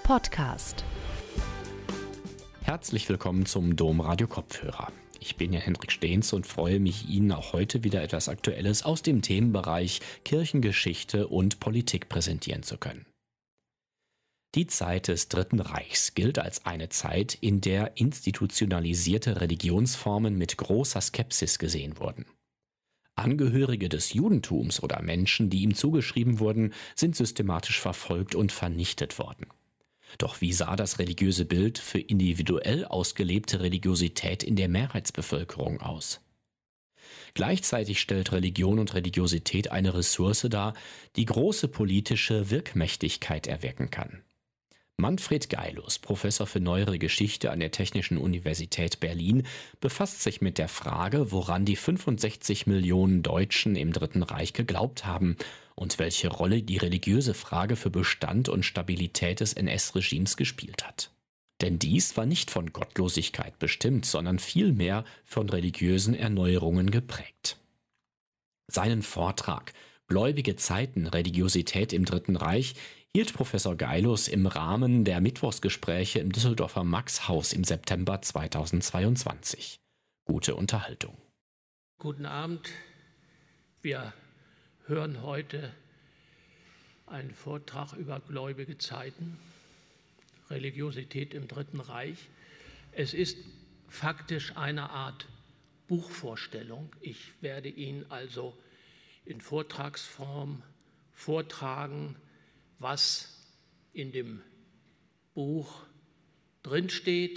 Podcast. Herzlich willkommen zum Domradio Kopfhörer. Ich bin ja Hendrik Stehns und freue mich, Ihnen auch heute wieder etwas Aktuelles aus dem Themenbereich Kirchengeschichte und Politik präsentieren zu können. Die Zeit des Dritten Reichs gilt als eine Zeit, in der institutionalisierte Religionsformen mit großer Skepsis gesehen wurden. Angehörige des Judentums oder Menschen, die ihm zugeschrieben wurden, sind systematisch verfolgt und vernichtet worden. Doch wie sah das religiöse Bild für individuell ausgelebte Religiosität in der Mehrheitsbevölkerung aus? Gleichzeitig stellt Religion und Religiosität eine Ressource dar, die große politische Wirkmächtigkeit erwecken kann. Manfred Geilus, Professor für Neuere Geschichte an der Technischen Universität Berlin, befasst sich mit der Frage, woran die 65 Millionen Deutschen im Dritten Reich geglaubt haben und welche Rolle die religiöse Frage für Bestand und Stabilität des NS-Regimes gespielt hat. Denn dies war nicht von Gottlosigkeit bestimmt, sondern vielmehr von religiösen Erneuerungen geprägt. Seinen Vortrag »Gläubige Zeiten, Religiosität im Dritten Reich« hielt Professor Geilus im Rahmen der Mittwochsgespräche im Düsseldorfer Maxhaus im September 2022. Gute Unterhaltung. Guten Abend. Wir hören heute einen Vortrag über gläubige Zeiten, Religiosität im Dritten Reich. Es ist faktisch eine Art Buchvorstellung. Ich werde Ihnen also in Vortragsform vortragen, was in dem Buch drinsteht.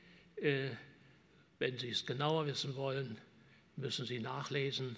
Wenn Sie es genauer wissen wollen, müssen Sie nachlesen.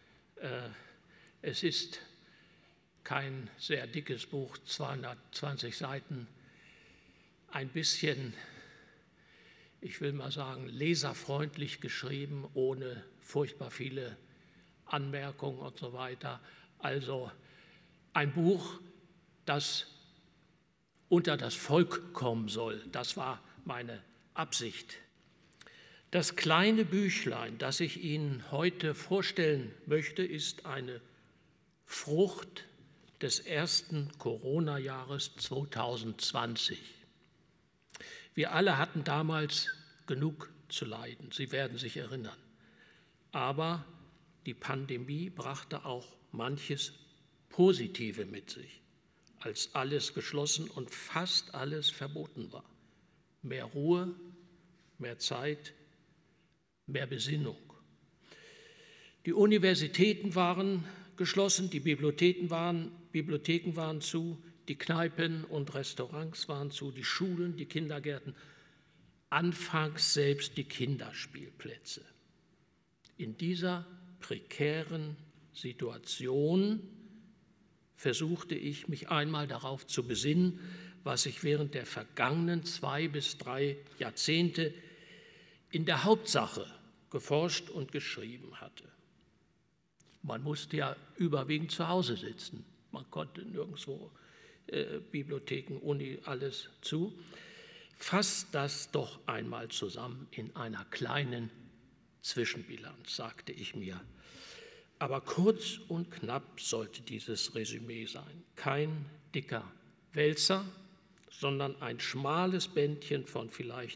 Es ist kein sehr dickes Buch, 220 Seiten, ein bisschen, ich will mal sagen, leserfreundlich geschrieben, ohne furchtbar viele Anmerkungen und so weiter. Also ein Buch, das unter das Volk kommen soll. Das war meine Absicht. Das kleine Büchlein, das ich Ihnen heute vorstellen möchte, ist eine Frucht des ersten Corona-Jahres 2020. Wir alle hatten damals genug zu leiden, Sie werden sich erinnern. Aber die Pandemie brachte auch manches Positive mit sich, als alles geschlossen und fast alles verboten war. Mehr Ruhe, mehr Zeit, mehr Besinnung. Die Universitäten waren geschlossen, die Bibliotheken waren zu, die Kneipen und Restaurants waren zu, die Schulen, die Kindergärten, anfangs selbst die Kinderspielplätze. In dieser prekären Situation versuchte ich, mich einmal darauf zu besinnen, was ich während der vergangenen 2 bis 3 Jahrzehnte in der Hauptsache geforscht und geschrieben hatte. Man musste ja überwiegend zu Hause sitzen. Man konnte nirgendwo, Bibliotheken, Uni, alles zu. Fasst das doch einmal zusammen in einer kleinen Zwischenbilanz, sagte ich mir. Aber kurz und knapp sollte dieses Resümee sein. Kein dicker Wälzer, sondern ein schmales Bändchen von vielleicht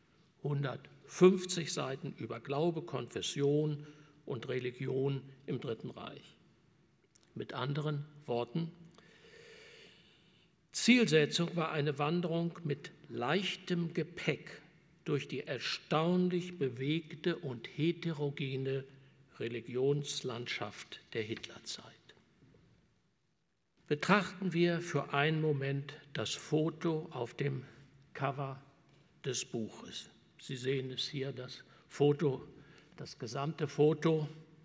150 Seiten über Glaube, Konfession und Religion im Dritten Reich. Mit anderen Worten, Zielsetzung war eine Wanderung mit leichtem Gepäck durch die erstaunlich bewegte und heterogene Religionslandschaft der Hitlerzeit. Betrachten wir für einen Moment das Foto auf dem Cover des Buches. Sie sehen es hier, das Foto, das gesamte Foto.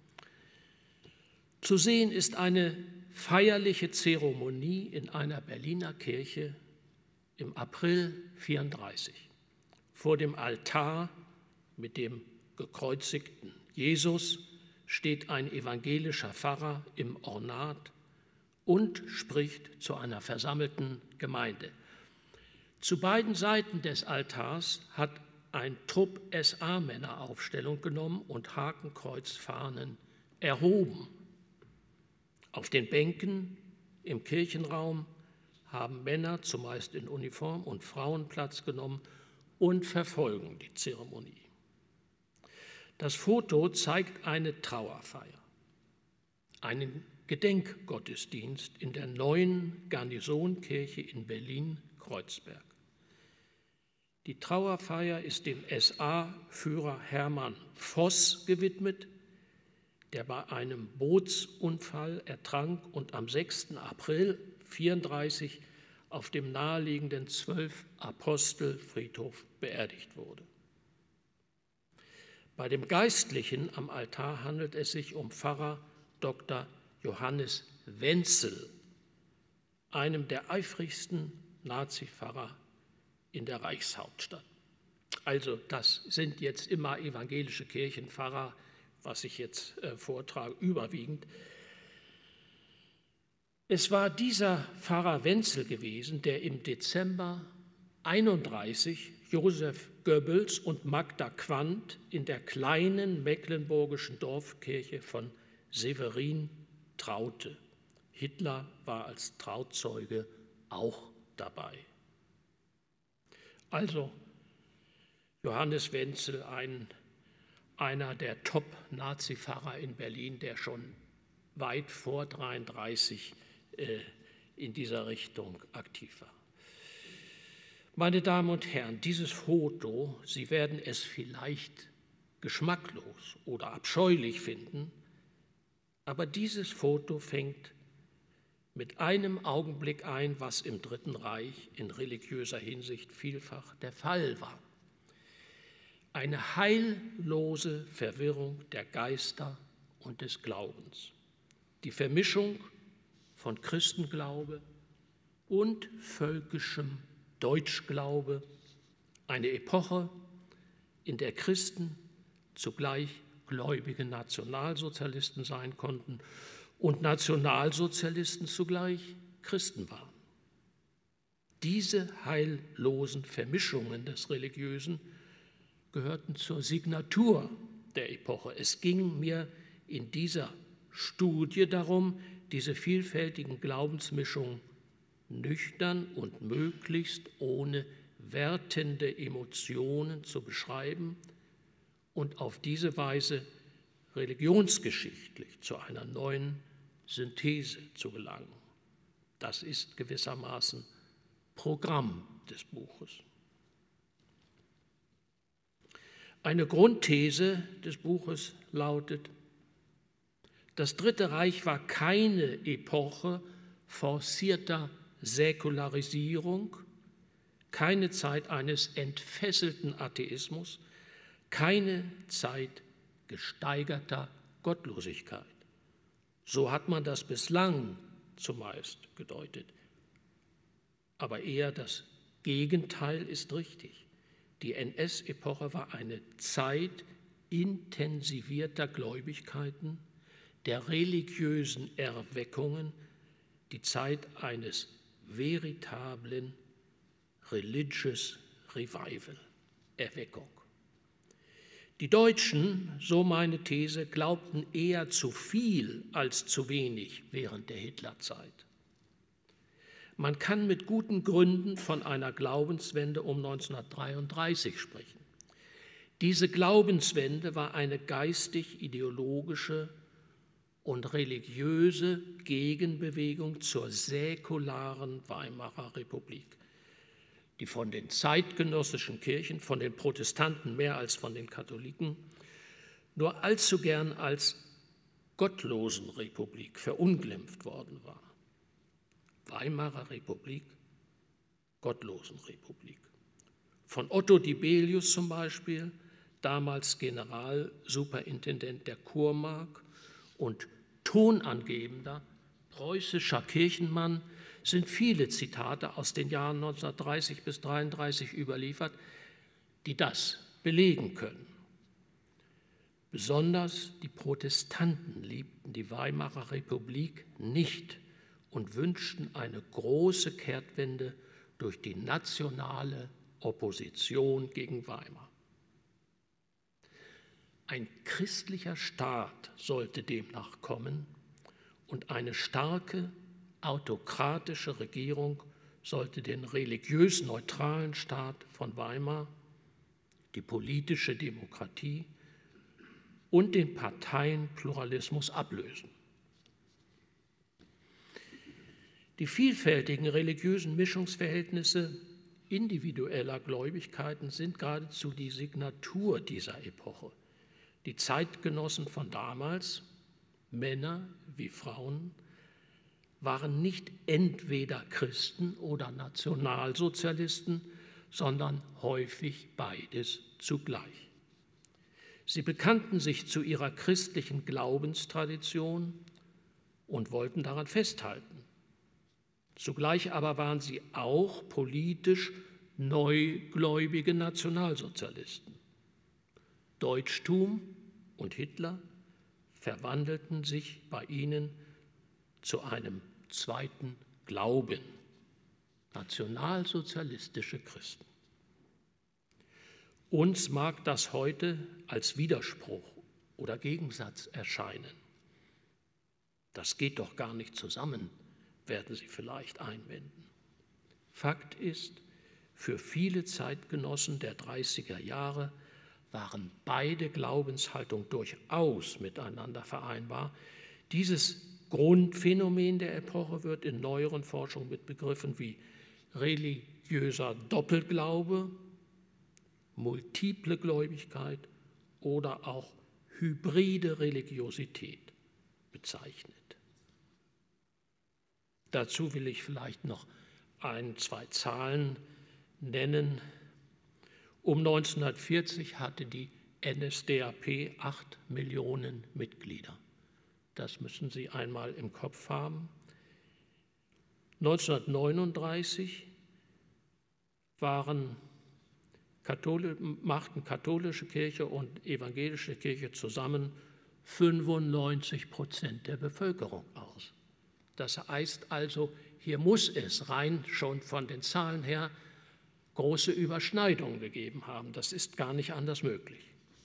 Zu sehen ist eine feierliche Zeremonie in einer Berliner Kirche im April 1934. Vor dem Altar mit dem gekreuzigten Jesus steht ein evangelischer Pfarrer im Ornat und spricht zu einer versammelten Gemeinde. Zu beiden Seiten des Altars hat ein Trupp SA-Männer Aufstellung genommen und Hakenkreuzfahnen erhoben. Auf den Bänken im Kirchenraum haben Männer, zumeist in Uniform, und Frauen Platz genommen und verfolgen die Zeremonie. Das Foto zeigt eine Trauerfeier, einen Gedenkgottesdienst in der neuen Garnisonkirche in Berlin-Kreuzberg. Die Trauerfeier ist dem SA-Führer Hermann Voss gewidmet, der bei einem Bootsunfall ertrank und am 6. April 1934 auf dem naheliegenden 12-Apostel-Friedhof beerdigt wurde. Bei dem Geistlichen am Altar handelt es sich um Pfarrer Dr. Johannes Wenzel, einem der eifrigsten Nazi-Pfarrer in der Reichshauptstadt. Also das sind jetzt immer evangelische Kirchenpfarrer, was ich jetzt vortrage, überwiegend. Es war dieser Pfarrer Wenzel gewesen, der im Dezember 1931 Josef Goebbels und Magda Quandt in der kleinen mecklenburgischen Dorfkirche von Severin traute. Hitler war als Trauzeuge auch dabei. Also Johannes Wenzel, einer der Top-Nazi-Pfarrer in Berlin, der schon weit vor 1933 in dieser Richtung aktiv war. Meine Damen und Herren, dieses Foto, Sie werden es vielleicht geschmacklos oder abscheulich finden, aber dieses Foto fängt mit einem Augenblick ein, was im Dritten Reich in religiöser Hinsicht vielfach der Fall war. Eine heillose Verwirrung der Geister und des Glaubens. Die Vermischung von Christenglaube und völkischem Deutschglaube, eine Epoche, in der Christen zugleich gläubige Nationalsozialisten sein konnten und Nationalsozialisten zugleich Christen waren. Diese heillosen Vermischungen des Religiösen gehörten zur Signatur der Epoche. Es ging mir in dieser Studie darum, diese vielfältigen Glaubensmischungen nüchtern und möglichst ohne wertende Emotionen zu beschreiben und auf diese Weise religionsgeschichtlich zu einer neuen Synthese zu gelangen. Das ist gewissermaßen Programm des Buches. Eine Grundthese des Buches lautet: Das Dritte Reich war keine Epoche forcierter Säkularisierung, keine Zeit eines entfesselten Atheismus, keine Zeit gesteigerter Gottlosigkeit. So hat man das bislang zumeist gedeutet. Aber eher das Gegenteil ist richtig. Die NS-Epoche war eine Zeit intensivierter Gläubigkeiten, der religiösen Erweckungen, die Zeit eines veritablen Religious Revival, Erweckung. Die Deutschen, so meine These, glaubten eher zu viel als zu wenig während der Hitlerzeit. Man kann mit guten Gründen von einer Glaubenswende um 1933 sprechen. Diese Glaubenswende war eine geistig-ideologische und religiöse Gegenbewegung zur säkularen Weimarer Republik, die von den zeitgenössischen Kirchen, von den Protestanten mehr als von den Katholiken, nur allzu gern als Gottlosenrepublik verunglimpft worden war. Weimarer Republik, Gottlosenrepublik. Von Otto Dibelius zum Beispiel, damals Generalsuperintendent der Kurmark und tonangebender preußischer Kirchenmann, sind viele Zitate aus den Jahren 1930 bis 1933 überliefert, die das belegen können. Besonders die Protestanten liebten die Weimarer Republik nicht und wünschten eine große Kehrtwende durch die nationale Opposition gegen Weimar. Ein christlicher Staat sollte demnach kommen und eine starke autokratische Regierung sollte den religiös neutralen Staat von Weimar, die politische Demokratie und den Parteienpluralismus ablösen. Die vielfältigen religiösen Mischungsverhältnisse individueller Gläubigkeiten sind geradezu die Signatur dieser Epoche. Die Zeitgenossen von damals, Männer wie Frauen, waren nicht entweder Christen oder Nationalsozialisten, sondern häufig beides zugleich. Sie bekannten sich zu ihrer christlichen Glaubenstradition und wollten daran festhalten. Zugleich aber waren sie auch politisch neugläubige Nationalsozialisten. Deutschtum und Hitler verwandelten sich bei ihnen zu einem zweiten Glauben, nationalsozialistische Christen. Uns mag das heute als Widerspruch oder Gegensatz erscheinen. Das geht doch gar nicht zusammen, werden Sie vielleicht einwenden. Fakt ist, für viele Zeitgenossen der 30er Jahre waren beide Glaubenshaltungen durchaus miteinander vereinbar. Dieses Grundphänomen der Epoche wird in neueren Forschungen mit Begriffen wie religiöser Doppelglaube, multiple Gläubigkeit oder auch hybride Religiosität bezeichnet. Dazu will ich vielleicht noch ein, zwei Zahlen nennen. Um 1940 hatte die NSDAP 8 Millionen Mitglieder. Das müssen Sie einmal im Kopf haben. 1939 machten katholische Kirche und evangelische Kirche zusammen 95% der Bevölkerung aus. Das heißt also, hier muss es rein schon von den Zahlen her große Überschneidungen gegeben haben. Das ist gar nicht anders möglich.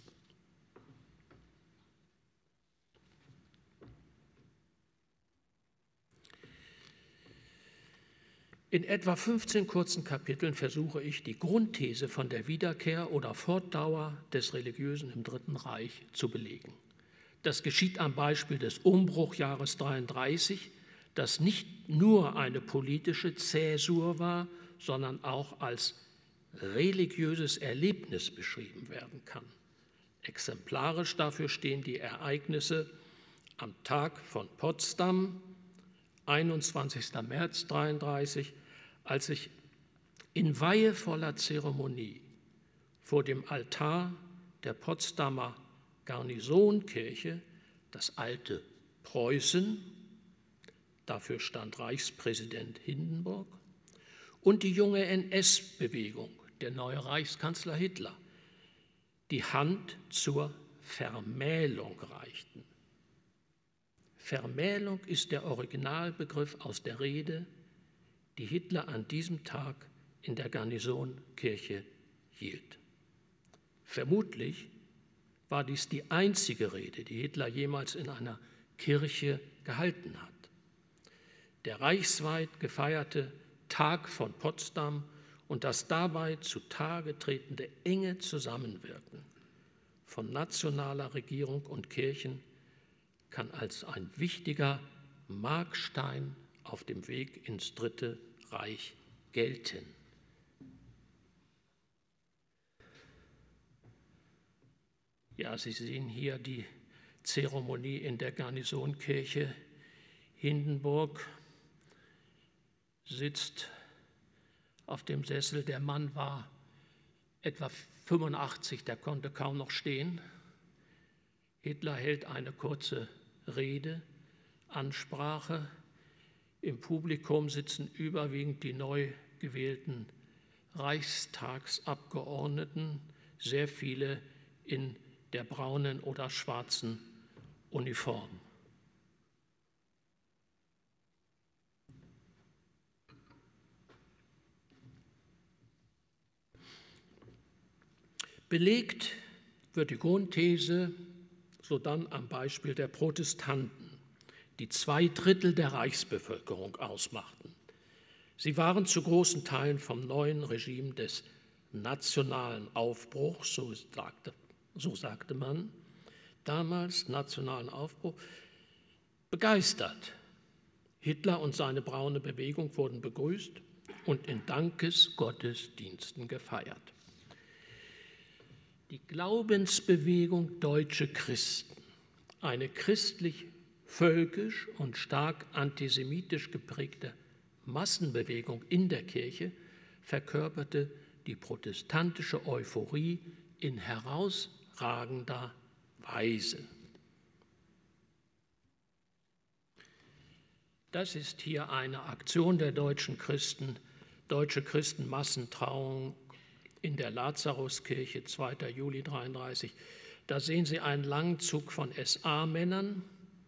In etwa 15 kurzen Kapiteln versuche ich, die Grundthese von der Wiederkehr oder Fortdauer des Religiösen im Dritten Reich zu belegen. Das geschieht am Beispiel des Umbruchjahres 1933, das nicht nur eine politische Zäsur war, sondern auch als religiöses Erlebnis beschrieben werden kann. Exemplarisch dafür stehen die Ereignisse am Tag von Potsdam, 21. März 1933, als sich in weihevoller Zeremonie vor dem Altar der Potsdamer Garnisonkirche das alte Preußen, dafür stand Reichspräsident Hindenburg, und die junge NS-Bewegung, der neue Reichskanzler Hitler, die Hand zur Vermählung reichten. Vermählung ist der Originalbegriff aus der Rede, die Hitler an diesem Tag in der Garnisonkirche hielt. Vermutlich war dies die einzige Rede, die Hitler jemals in einer Kirche gehalten hat. Der reichsweit gefeierte Tag von Potsdam und das dabei zutage tretende enge Zusammenwirken von nationaler Regierung und Kirchen kann als ein wichtiger Markstein auf dem Weg ins Dritte Reich gelten. Ja, Sie sehen hier die Zeremonie in der Garnisonkirche. Hindenburg sitzt auf dem Sessel. Der Mann war etwa 85, der konnte kaum noch stehen. Hitler hält eine kurze Rede, Ansprache. Im Publikum sitzen überwiegend die neu gewählten Reichstagsabgeordneten, sehr viele in der braunen oder schwarzen Uniform. Belegt wird die Grundthese sodann am Beispiel der Protestanten, die 2/3 der Reichsbevölkerung ausmachten. Sie waren zu großen Teilen vom neuen Regime des nationalen Aufbruchs, so sagte man damals, nationalen Aufbruch, begeistert. Hitler und seine braune Bewegung wurden begrüßt und in Dankesgottesdiensten gefeiert. Die Glaubensbewegung Deutsche Christen, eine christlich-völkisch und stark antisemitisch geprägte Massenbewegung in der Kirche, verkörperte die protestantische Euphorie in herausragender Weise. Das ist hier eine Aktion der deutschen Christen, Deutsche Christenmassentrauung in der Lazaruskirche, 2. Juli 1933. Da sehen Sie einen langen Zug von SA-Männern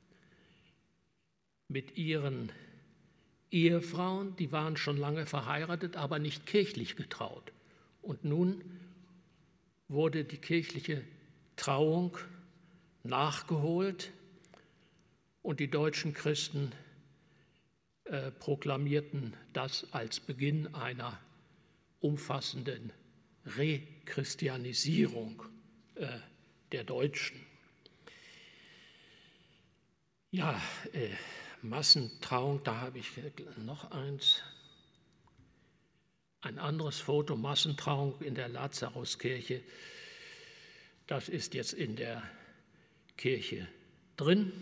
mit ihren Ehefrauen, die waren schon lange verheiratet, aber nicht kirchlich getraut. Und nun wurde die kirchliche Trauung nachgeholt und die deutschen Christen proklamierten das als Beginn einer umfassenden Rechristianisierung der Deutschen. Ja, Massentrauung, da habe ich noch eins. Ein anderes Foto, Massentrauung in der Lazaruskirche. Das ist jetzt in der Kirche drin.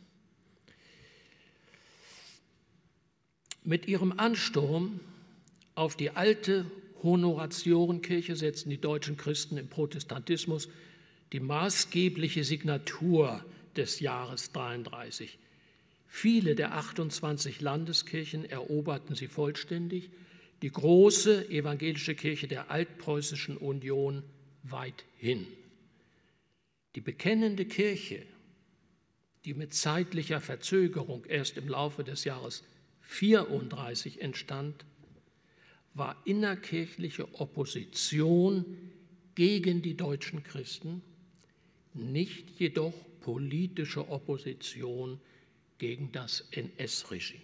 Mit ihrem Ansturm auf die alte Honoratiorenkirche setzten die deutschen Christen im Protestantismus die maßgebliche Signatur des Jahres 1933. Viele der 28 Landeskirchen eroberten sie vollständig, die große evangelische Kirche der Altpreußischen Union weithin. Die bekennende Kirche, die mit zeitlicher Verzögerung erst im Laufe des Jahres 1934 entstand, war innerkirchliche Opposition gegen die deutschen Christen, nicht jedoch politische Opposition gegen das NS-Regime.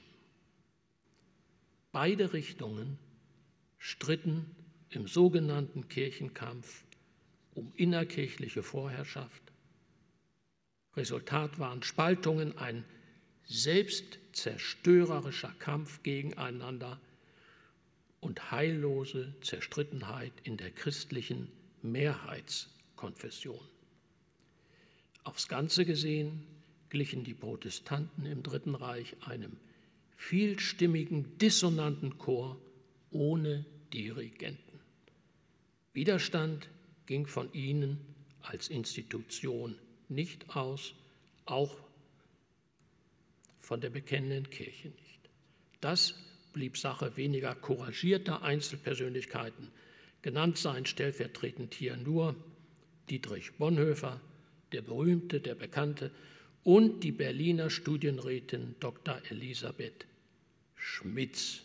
Beide Richtungen stritten im sogenannten Kirchenkampf um innerkirchliche Vorherrschaft. Resultat waren Spaltungen, ein selbstzerstörerischer Kampf gegeneinander und heillose Zerstrittenheit in der christlichen Mehrheitskonfession. Aufs Ganze gesehen glichen die Protestanten im Dritten Reich einem vielstimmigen, dissonanten Chor ohne Dirigenten. Widerstand ging von ihnen als Institution nicht aus, auch von der bekennenden Kirche nicht. Das blieb Sache weniger couragierter Einzelpersönlichkeiten. Genannt seien stellvertretend hier nur Dietrich Bonhoeffer, der berühmte, der bekannte, und die Berliner Studienrätin Dr. Elisabeth Schmitz,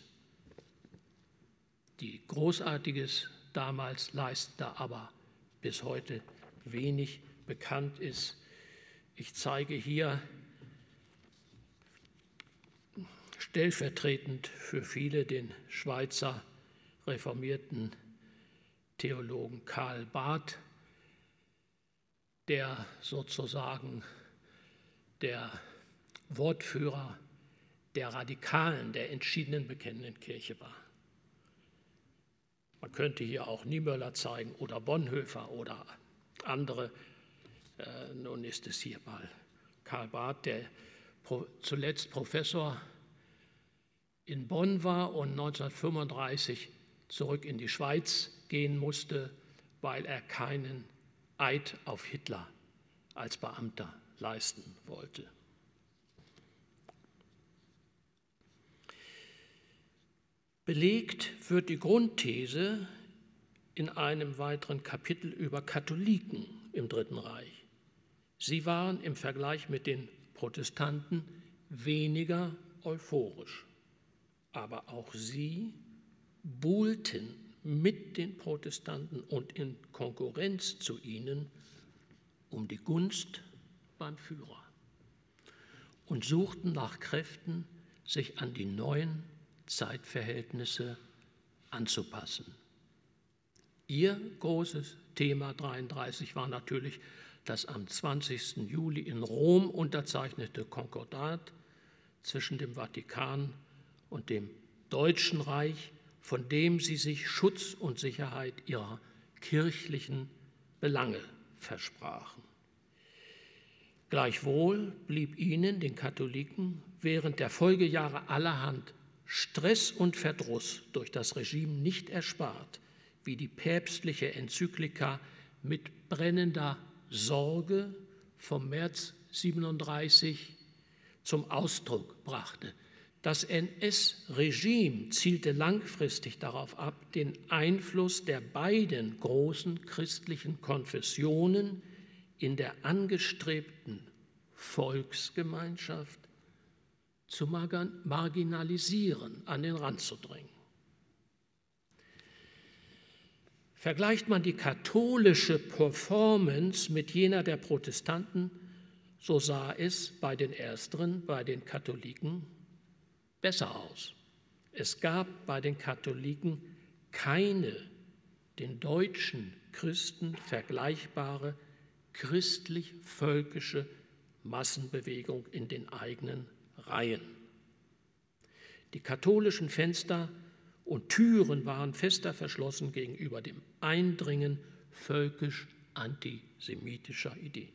die Großartiges damals leistete, aber bis heute wenig bekannt ist. Ich zeige hier stellvertretend für viele den Schweizer reformierten Theologen Karl Barth, der sozusagen der Wortführer der Radikalen, der entschiedenen bekennenden Kirche war. Man könnte hier auch Niemöller zeigen oder Bonhoeffer oder andere. Nun ist es hier mal Karl Barth, der zuletzt Professor in Bonn war und 1935 zurück in die Schweiz gehen musste, weil er keinen Eid auf Hitler als Beamter leisten wollte. Belegt wird die Grundthese in einem weiteren Kapitel über Katholiken im Dritten Reich. Sie waren im Vergleich mit den Protestanten weniger euphorisch, aber auch sie buhlten mit den Protestanten und in Konkurrenz zu ihnen um die Gunst beim Führer und suchten nach Kräften, sich an die neuen Zeitverhältnisse anzupassen. Ihr großes Thema 1933 war natürlich das am 20. Juli in Rom unterzeichnete Konkordat zwischen dem Vatikan und dem Deutschen Reich, von dem sie sich Schutz und Sicherheit ihrer kirchlichen Belange versprachen. Gleichwohl blieb ihnen, den Katholiken, während der Folgejahre allerhand Stress und Verdruss durch das Regime nicht erspart, wie die päpstliche Enzyklika mit brennender Sorge vom März 1937 zum Ausdruck brachte. Das NS-Regime zielte langfristig darauf ab, den Einfluss der beiden großen christlichen Konfessionen in der angestrebten Volksgemeinschaft zu marginalisieren, an den Rand zu drängen. Vergleicht man die katholische Performance mit jener der Protestanten, so sah es bei den Ersteren, bei den Katholiken, besser aus. Es gab bei den Katholiken keine den deutschen Christen vergleichbare christlich-völkische Massenbewegung in den eigenen Reihen. Die katholischen Fenster und Türen waren fester verschlossen gegenüber dem Eindringen völkisch-antisemitischer Ideen.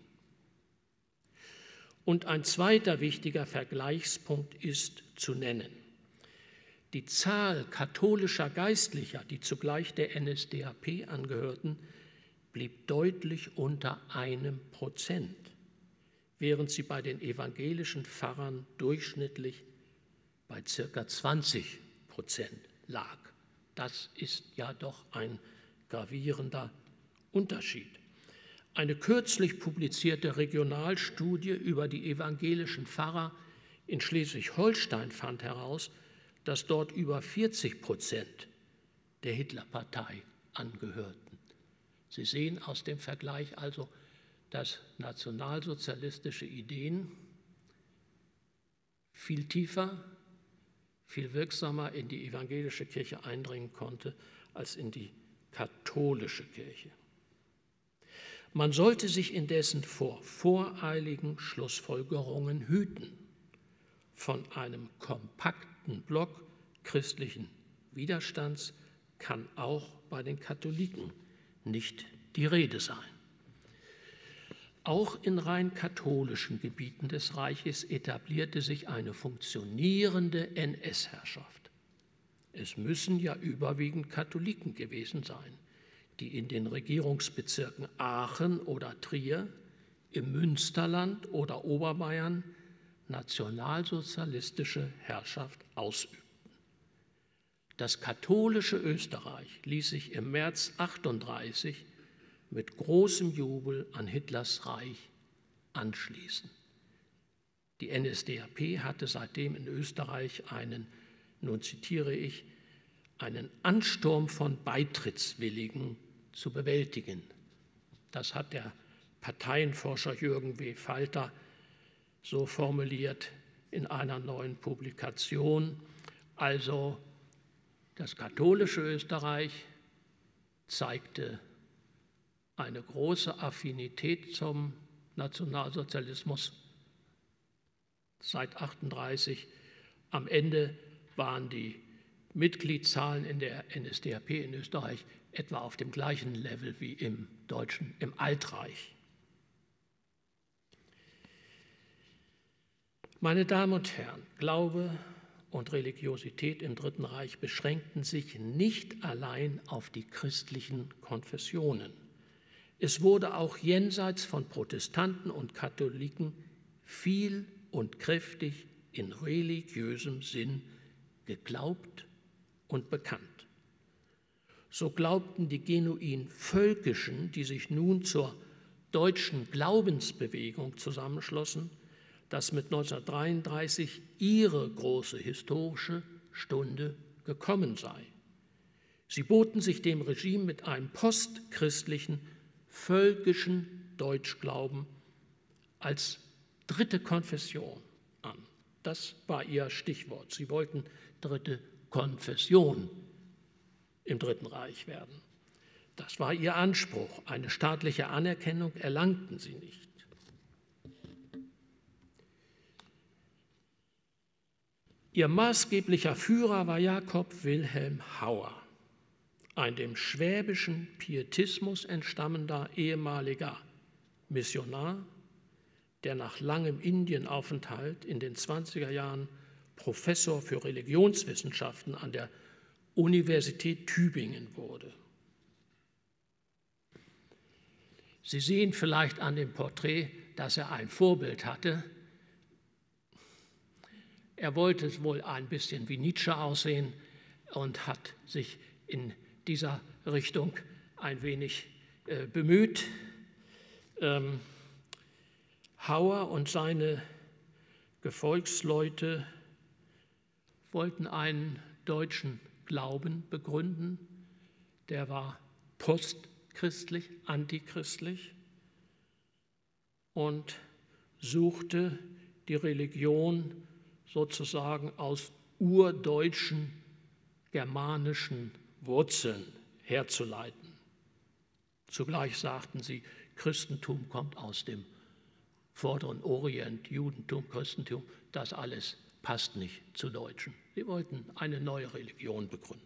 Und ein zweiter wichtiger Vergleichspunkt ist zu nennen. Die Zahl katholischer Geistlicher, die zugleich der NSDAP angehörten, blieb deutlich unter 1%, während sie bei den evangelischen Pfarrern durchschnittlich bei ca. 20% lag. Das ist ja doch ein gravierender Unterschied. Eine kürzlich publizierte Regionalstudie über die evangelischen Pfarrer in Schleswig-Holstein fand heraus, dass dort über 40% der Hitlerpartei angehörten. Sie sehen aus dem Vergleich also, dass nationalsozialistische Ideen viel tiefer, viel wirksamer in die evangelische Kirche eindringen konnte als in die katholische Kirche. Man sollte sich indessen vor voreiligen Schlussfolgerungen hüten. Von einem kompakten Block christlichen Widerstands kann auch bei den Katholiken nicht die Rede sein. Auch in rein katholischen Gebieten des Reiches etablierte sich eine funktionierende NS-Herrschaft. Es müssen ja überwiegend Katholiken gewesen sein, die in den Regierungsbezirken Aachen oder Trier, im Münsterland oder Oberbayern nationalsozialistische Herrschaft ausübten. Das katholische Österreich ließ sich im März 1938 mit großem Jubel an Hitlers Reich anschließen. Die NSDAP hatte seitdem in Österreich einen, nun zitiere ich, einen Ansturm von Beitrittswilligen zu bewältigen. Das hat der Parteienforscher Jürgen W. Falter so formuliert in einer neuen Publikation. Also das katholische Österreich zeigte eine große Affinität zum Nationalsozialismus seit 1938. Am Ende waren die Mitgliedszahlen in der NSDAP in Österreich etwa auf dem gleichen Level wie im Altreich. Meine Damen und Herren, Glaube und Religiosität im Dritten Reich beschränkten sich nicht allein auf die christlichen Konfessionen. Es wurde auch jenseits von Protestanten und Katholiken viel und kräftig in religiösem Sinn geglaubt und bekannt. So glaubten die genuin Völkischen, die sich nun zur deutschen Glaubensbewegung zusammenschlossen, dass mit 1933 ihre große historische Stunde gekommen sei. Sie boten sich dem Regime mit einem postchristlichen, völkischen Deutschglauben als dritte Konfession an. Das war ihr Stichwort. Sie wollten dritte Konfession im Dritten Reich werden. Das war ihr Anspruch. Eine staatliche Anerkennung erlangten sie nicht. Ihr maßgeblicher Führer war Jakob Wilhelm Hauer, ein dem schwäbischen Pietismus entstammender ehemaliger Missionar, der nach langem Indienaufenthalt in den 20er Jahren Professor für Religionswissenschaften an der Universität Tübingen wurde. Sie sehen vielleicht an dem Porträt, dass er ein Vorbild hatte. Er wollte wohl ein bisschen wie Nietzsche aussehen und hat sich in dieser Richtung ein wenig bemüht. Hauer und seine Gefolgsleute wollten einen deutschen Glauben begründen, der war postchristlich, antichristlich und suchte die Religion sozusagen aus urdeutschen, germanischen Wurzeln herzuleiten. Zugleich sagten sie, Christentum kommt aus dem Vorderen Orient, Judentum, Christentum, das alles passt nicht zu Deutschen. Sie wollten eine neue Religion begründen.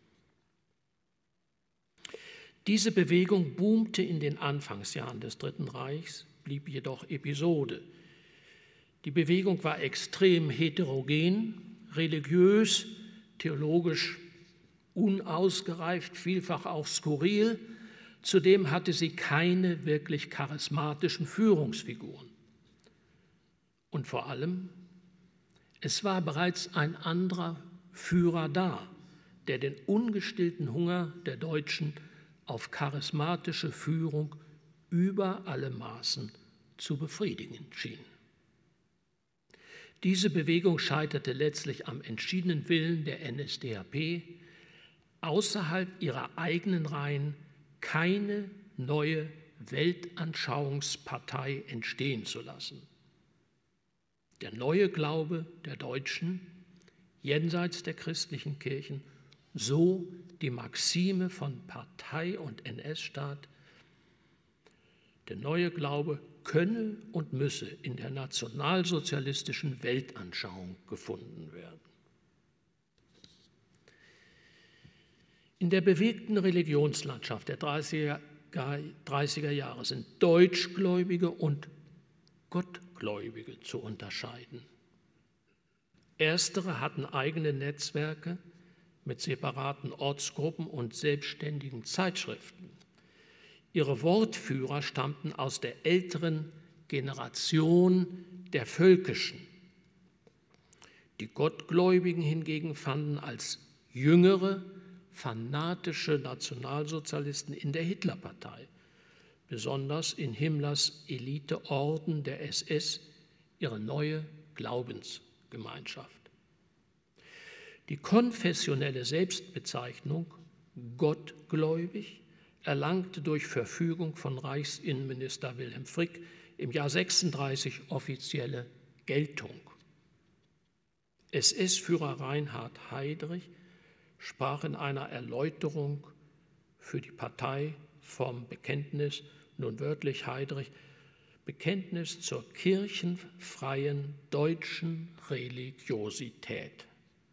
Diese Bewegung boomte in den Anfangsjahren des Dritten Reichs, blieb jedoch Episode. Die Bewegung war extrem heterogen, religiös, theologisch unausgereift, vielfach auch skurril. Zudem hatte sie keine wirklich charismatischen Führungsfiguren. Und vor allem, es war bereits ein anderer Führer da, der den ungestillten Hunger der Deutschen auf charismatische Führung über alle Maßen zu befriedigen schien. Diese Bewegung scheiterte letztlich am entschiedenen Willen der NSDAP, außerhalb ihrer eigenen Reihen keine neue Weltanschauungspartei entstehen zu lassen. Der neue Glaube der Deutschen, jenseits der christlichen Kirchen, so die Maxime von Partei und NS-Staat, der neue Glaube könne und müsse in der nationalsozialistischen Weltanschauung gefunden werden. In der bewegten Religionslandschaft der 30er Jahre sind Deutschgläubige und Gottgläubige zu unterscheiden. Erstere hatten eigene Netzwerke mit separaten Ortsgruppen und selbstständigen Zeitschriften. Ihre Wortführer stammten aus der älteren Generation der Völkischen. Die Gottgläubigen hingegen fanden als jüngere, fanatische Nationalsozialisten in der Hitlerpartei, besonders in Himmlers Eliteorden der SS, ihre neue Glaubensgemeinschaft. Die konfessionelle Selbstbezeichnung gottgläubig erlangte durch Verfügung von Reichsinnenminister Wilhelm Frick im Jahr 1936 offizielle Geltung. SS-Führer Reinhard Heydrich sprach in einer Erläuterung für die Partei vom Bekenntnis, nun wörtlich Heydrich, Bekenntnis zur kirchenfreien deutschen Religiosität.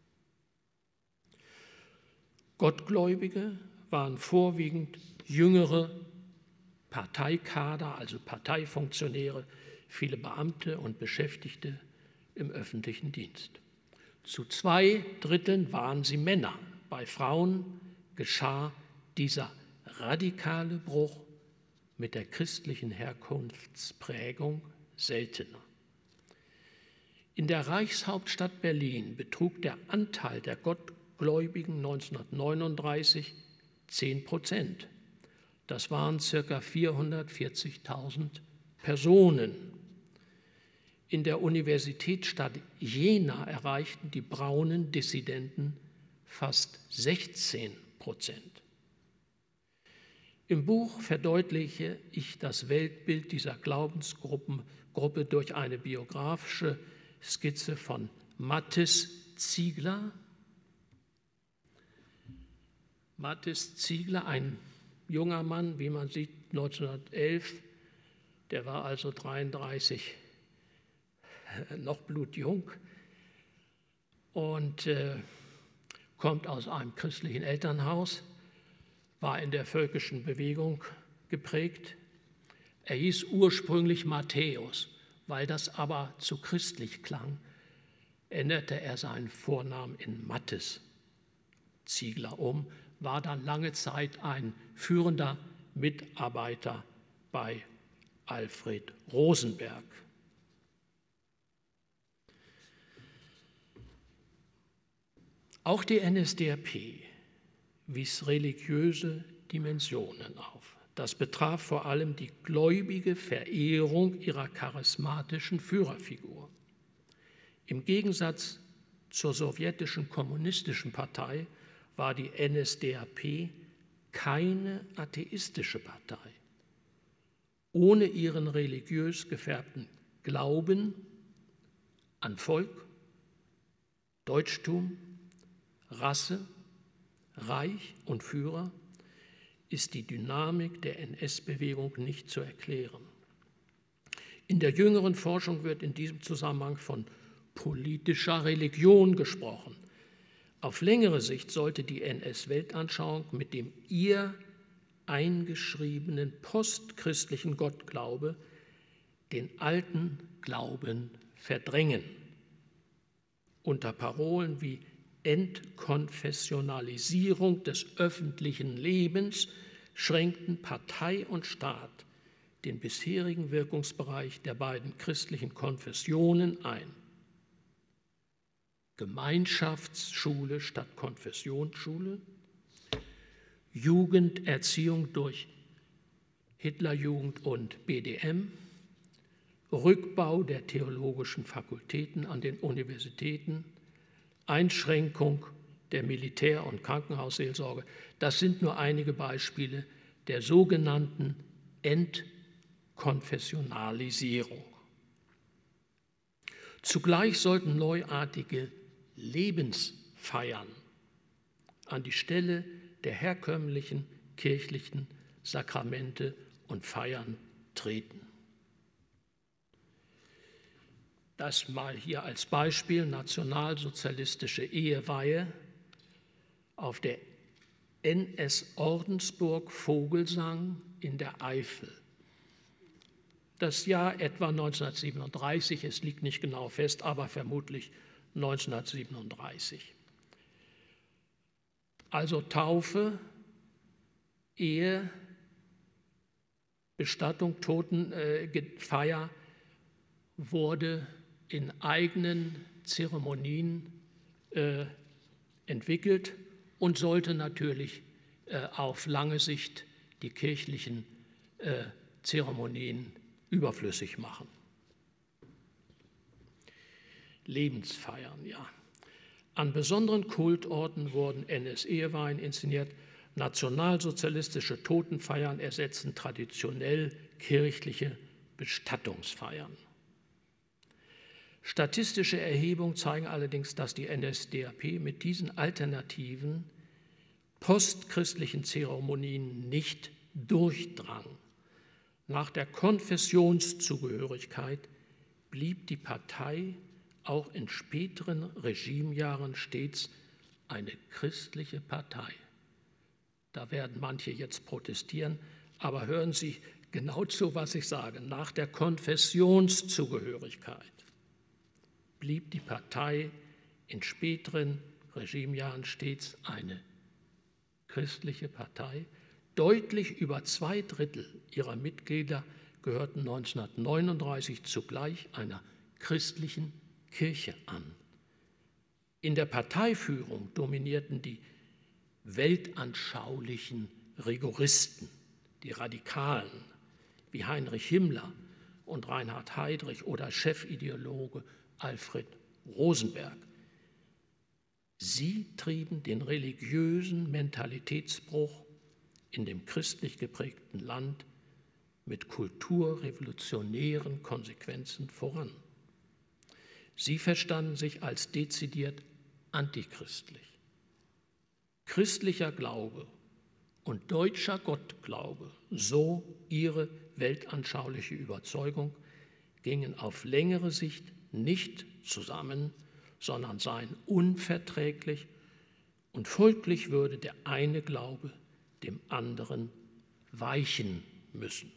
Gottgläubige waren vorwiegend jüngere Parteikader, also Parteifunktionäre, viele Beamte und Beschäftigte im öffentlichen Dienst. Zu 2/3 waren sie Männer. Bei Frauen geschah dieser radikale Bruch mit der christlichen Herkunftsprägung seltener. In der Reichshauptstadt Berlin betrug der Anteil der Gottgläubigen 1939 10%. Das waren ca. 440.000 Personen. In der Universitätsstadt Jena erreichten die braunen Dissidenten fast 16%. Im Buch verdeutliche ich das Weltbild dieser Glaubensgruppe durch eine biografische Skizze von Mathis Ziegler, Mathis Ziegler, ein junger Mann, wie man sieht, 1911, der war also 33, noch blutjung und kommt aus einem christlichen Elternhaus, war in der völkischen Bewegung geprägt. Er hieß ursprünglich Matthäus, weil das aber zu christlich klang, änderte er seinen Vornamen in Mathis Ziegler um, war dann lange Zeit ein führender Mitarbeiter bei Alfred Rosenberg. Auch die NSDAP wies religiöse Dimensionen auf. Das betraf vor allem die gläubige Verehrung ihrer charismatischen Führerfigur. Im Gegensatz zur sowjetischen kommunistischen Partei war die NSDAP keine atheistische Partei. Ohne ihren religiös gefärbten Glauben an Volk, Deutschtum, Rasse, Reich und Führer ist die Dynamik der NS-Bewegung nicht zu erklären. In der jüngeren Forschung wird in diesem Zusammenhang von politischer Religion gesprochen. Auf längere Sicht sollte die NS-Weltanschauung mit dem ihr eingeschriebenen postchristlichen Gottglaube den alten Glauben verdrängen. Unter Parolen wie Entkonfessionalisierung des öffentlichen Lebens schränkten Partei und Staat den bisherigen Wirkungsbereich der beiden christlichen Konfessionen ein. Gemeinschaftsschule statt Konfessionsschule, Jugenderziehung durch Hitlerjugend und BDM, Rückbau der theologischen Fakultäten an den Universitäten, Einschränkung der Militär- und Krankenhausseelsorge. Das sind nur einige Beispiele der sogenannten Entkonfessionalisierung. Zugleich sollten neuartige Lebensfeiern an die Stelle der herkömmlichen kirchlichen Sakramente und Feiern treten. Das mal hier als Beispiel: nationalsozialistische Eheweihe auf der NS-Ordensburg Vogelsang in der Eifel. Das Jahr etwa 1937, es liegt nicht genau fest, aber vermutlich 1937. Also Taufe, Ehe, Bestattung, Totenfeier wurde in eigenen Zeremonien entwickelt und sollte natürlich auf lange Sicht die kirchlichen Zeremonien überflüssig machen. Lebensfeiern, ja. An besonderen Kultorten wurden NS-Eheweihen inszeniert. Nationalsozialistische Totenfeiern ersetzten traditionell kirchliche Bestattungsfeiern. Statistische Erhebungen zeigen allerdings, dass die NSDAP mit diesen alternativen postchristlichen Zeremonien nicht durchdrang. Nach der Konfessionszugehörigkeit blieb die Partei auch in späteren Regimejahren stets eine christliche Partei. Da werden manche jetzt protestieren, aber hören Sie genau zu, was ich sage. Nach der Konfessionszugehörigkeit blieb die Partei in späteren Regimejahren stets eine christliche Partei. Deutlich über 2/3 ihrer Mitglieder gehörten 1939 zugleich einer christlichen Kirche an. In der Parteiführung dominierten die weltanschaulichen Rigoristen, die Radikalen wie Heinrich Himmler und Reinhard Heydrich oder Chefideologe Alfred Rosenberg. Sie trieben den religiösen Mentalitätsbruch in dem christlich geprägten Land mit kulturrevolutionären Konsequenzen voran. Sie verstanden sich als dezidiert antichristlich. Christlicher Glaube und deutscher Gottglaube, so ihre weltanschauliche Überzeugung, gingen auf längere Sicht nicht zusammen, sondern seien unverträglich, und folglich würde der eine Glaube dem anderen weichen müssen.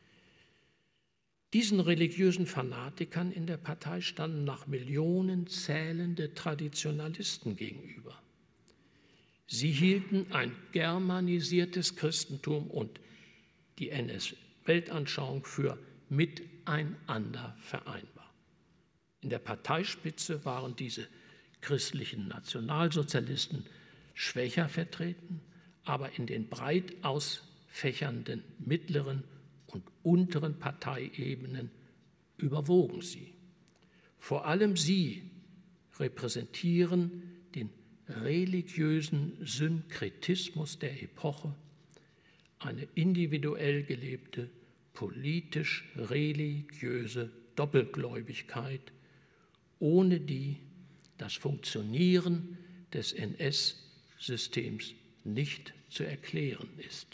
Diesen religiösen Fanatikern in der Partei standen nach Millionen zählende Traditionalisten gegenüber. Sie hielten ein germanisiertes Christentum und die NS-Weltanschauung für miteinander vereinbar. In der Parteispitze waren diese christlichen Nationalsozialisten schwächer vertreten, aber in den breit ausfächernden mittleren und unteren Parteiebenen überwogen sie. Vor allem sie repräsentieren den religiösen Synkretismus der Epoche, eine individuell gelebte, politisch-religiöse Doppelgläubigkeit, ohne die das Funktionieren des NS-Systems nicht zu erklären ist.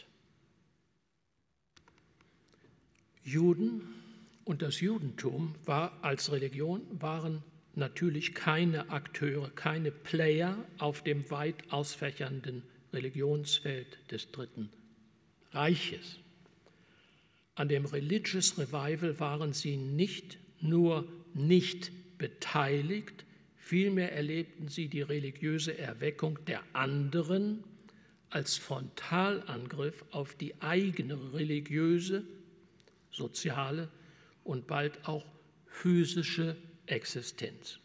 Juden und das Judentum als Religion waren natürlich keine Akteure, keine Player auf dem weit ausfächernden Religionsfeld des Dritten Reiches. An dem Religious Revival waren sie nicht nur nicht beteiligt, vielmehr erlebten sie die religiöse Erweckung der anderen als Frontalangriff auf die eigene religiöse, soziale und bald auch physische Existenz.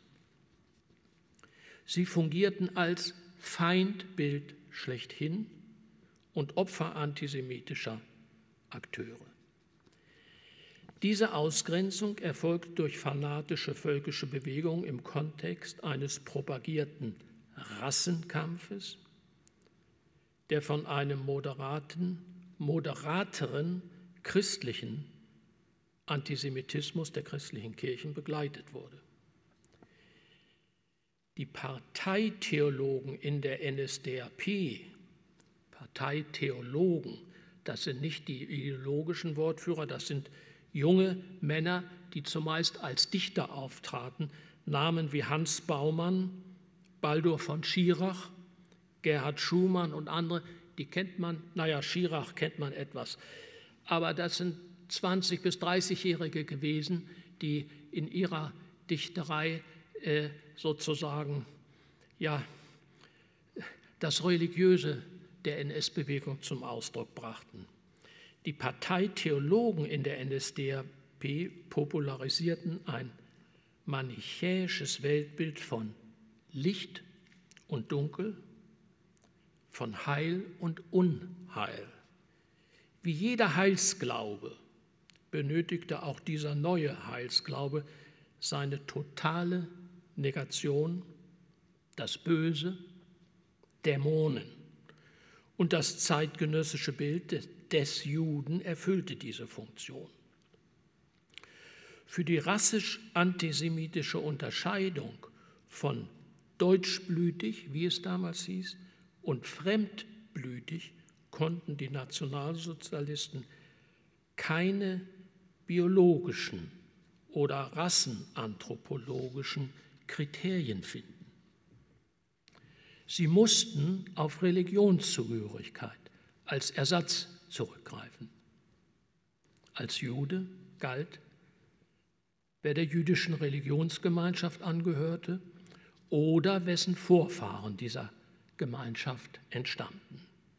Sie fungierten als Feindbild schlechthin und Opfer antisemitischer Akteure. Diese Ausgrenzung erfolgt durch fanatische völkische Bewegungen im Kontext eines propagierten Rassenkampfes, der von einem moderateren christlichen Antisemitismus der christlichen Kirchen begleitet wurde. Die Parteitheologen in der NSDAP, Parteitheologen, das sind nicht die ideologischen Wortführer, das sind junge Männer, die zumeist als Dichter auftraten, Namen wie Hans Baumann, Baldur von Schirach, Gerhard Schumann und andere, die kennt man, Schirach kennt man etwas, aber das sind 20- bis 30-Jährige gewesen, die in ihrer Dichterei sozusagen das Religiöse der NS-Bewegung zum Ausdruck brachten. Die Parteitheologen in der NSDAP popularisierten ein manichäisches Weltbild von Licht und Dunkel, von Heil und Unheil. Wie jeder Heilsglaube benötigte auch dieser neue Heilsglaube seine totale Negation, das Böse, Dämonen. Und das zeitgenössische Bild des Juden erfüllte diese Funktion. Für die rassisch-antisemitische Unterscheidung von deutschblütig, wie es damals hieß, und fremdblütig konnten die Nationalsozialisten keine biologischen oder rassenanthropologischen Kriterien finden. Sie mussten auf Religionszugehörigkeit als Ersatz zurückgreifen. Als Jude galt, wer der jüdischen Religionsgemeinschaft angehörte oder wessen Vorfahren dieser Gemeinschaft entstammten.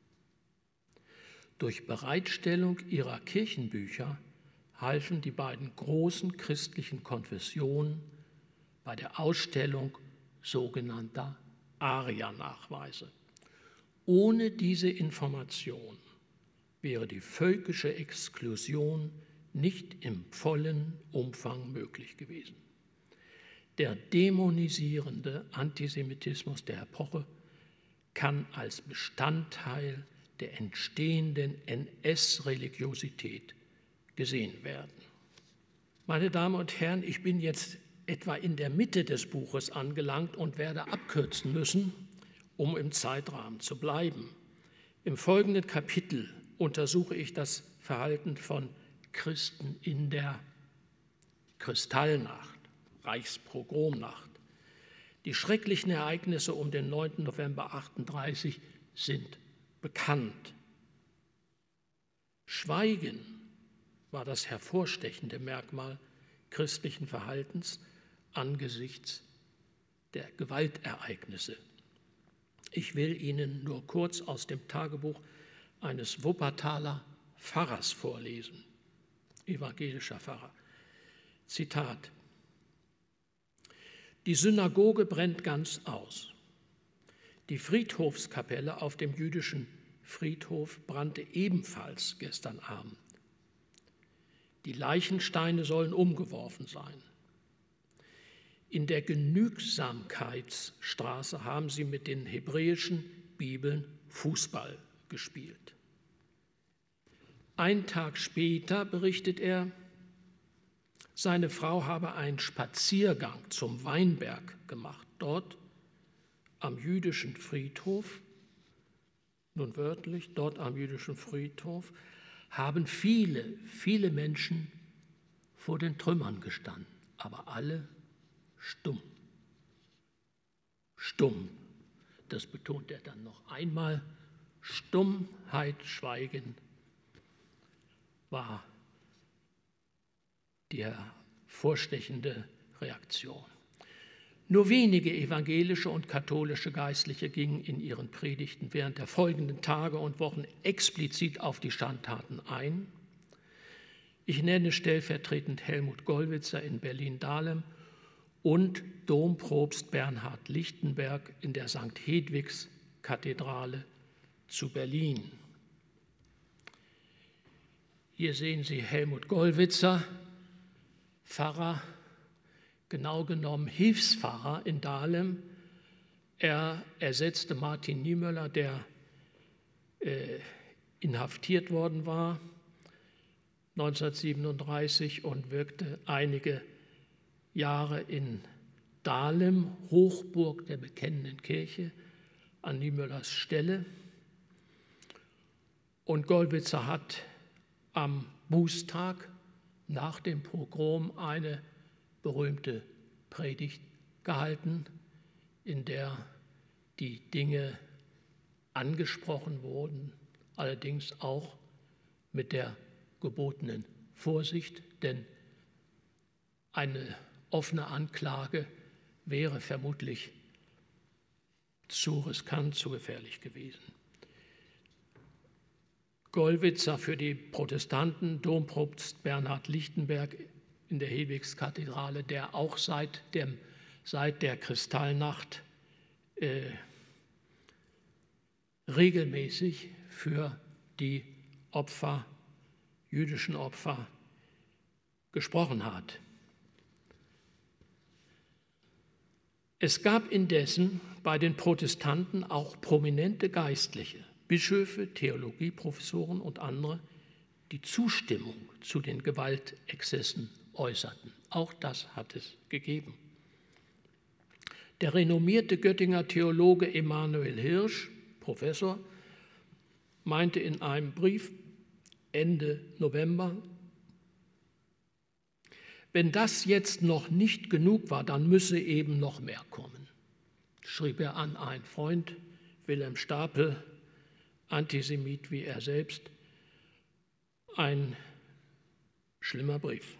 Durch Bereitstellung ihrer Kirchenbücher halfen die beiden großen christlichen Konfessionen bei der Ausstellung sogenannter Arya-Nachweise. Ohne diese Information wäre die völkische Exklusion nicht im vollen Umfang möglich gewesen. Der dämonisierende Antisemitismus der Epoche kann als Bestandteil der entstehenden NS-Religiosität gesehen werden. Meine Damen und Herren, ich bin jetzt etwa in der Mitte des Buches angelangt und werde abkürzen müssen, um im Zeitrahmen zu bleiben. Im folgenden Kapitel untersuche ich das Verhalten von Christen in der Kristallnacht, Reichspogromnacht. Die schrecklichen Ereignisse um den 9. November 1938 sind bekannt. Schweigen war das hervorstechende Merkmal christlichen Verhaltens angesichts der Gewaltereignisse. Ich will Ihnen nur kurz aus dem Tagebuch eines Wuppertaler Pfarrers vorlesen, evangelischer Pfarrer. Zitat: Die Synagoge brennt ganz aus. Die Friedhofskapelle auf dem jüdischen Friedhof brannte ebenfalls gestern Abend. Die Leichensteine sollen umgeworfen sein. In der Genügsamkeitsstraße haben sie mit den hebräischen Bibeln Fußball gespielt. Einen Tag später berichtet er, seine Frau habe einen Spaziergang zum Weinberg gemacht. Dort am jüdischen Friedhof, nun wörtlich, dort am jüdischen Friedhof, haben viele, viele Menschen vor den Trümmern gestanden, aber alle stumm. Stumm, das betont er dann noch einmal. Stummheit, Schweigen war die hervorstechende Reaktion. Nur wenige evangelische und katholische Geistliche gingen in ihren Predigten während der folgenden Tage und Wochen explizit auf die Schandtaten ein. Ich nenne stellvertretend Helmut Gollwitzer in Berlin-Dahlem und Dompropst Bernhard Lichtenberg in der St. Hedwigs-Kathedrale zu Berlin. Hier sehen Sie Helmut Gollwitzer, Pfarrer, genau genommen Hilfspfarrer in Dahlem. Er ersetzte Martin Niemöller, der inhaftiert worden war 1937 und wirkte einige Jahre in Dahlem, Hochburg der bekennenden Kirche, an Niemöllers Stelle. Und Gollwitzer hat am Bußtag nach dem Pogrom eine berühmte Predigt gehalten, in der die Dinge angesprochen wurden, allerdings auch mit der gebotenen Vorsicht, denn eine offene Anklage wäre vermutlich zu riskant, zu gefährlich gewesen. Gollwitzer für die Protestanten, Dompropst Bernhard Lichtenberg in der Hedwigskathedrale, der auch seit der Kristallnacht regelmäßig für die Opfer, jüdischen Opfer, gesprochen hat. Es gab indessen bei den Protestanten auch prominente Geistliche, Bischöfe, Theologieprofessoren und andere, die Zustimmung zu den Gewaltexzessen äußerten. Auch das hat es gegeben. Der renommierte Göttinger Theologe Emanuel Hirsch, Professor, meinte in einem Brief Ende November: Wenn das jetzt noch nicht genug war, dann müsse eben noch mehr kommen, schrieb er an einen Freund, Wilhelm Stapel, Antisemit wie er selbst, ein schlimmer Brief.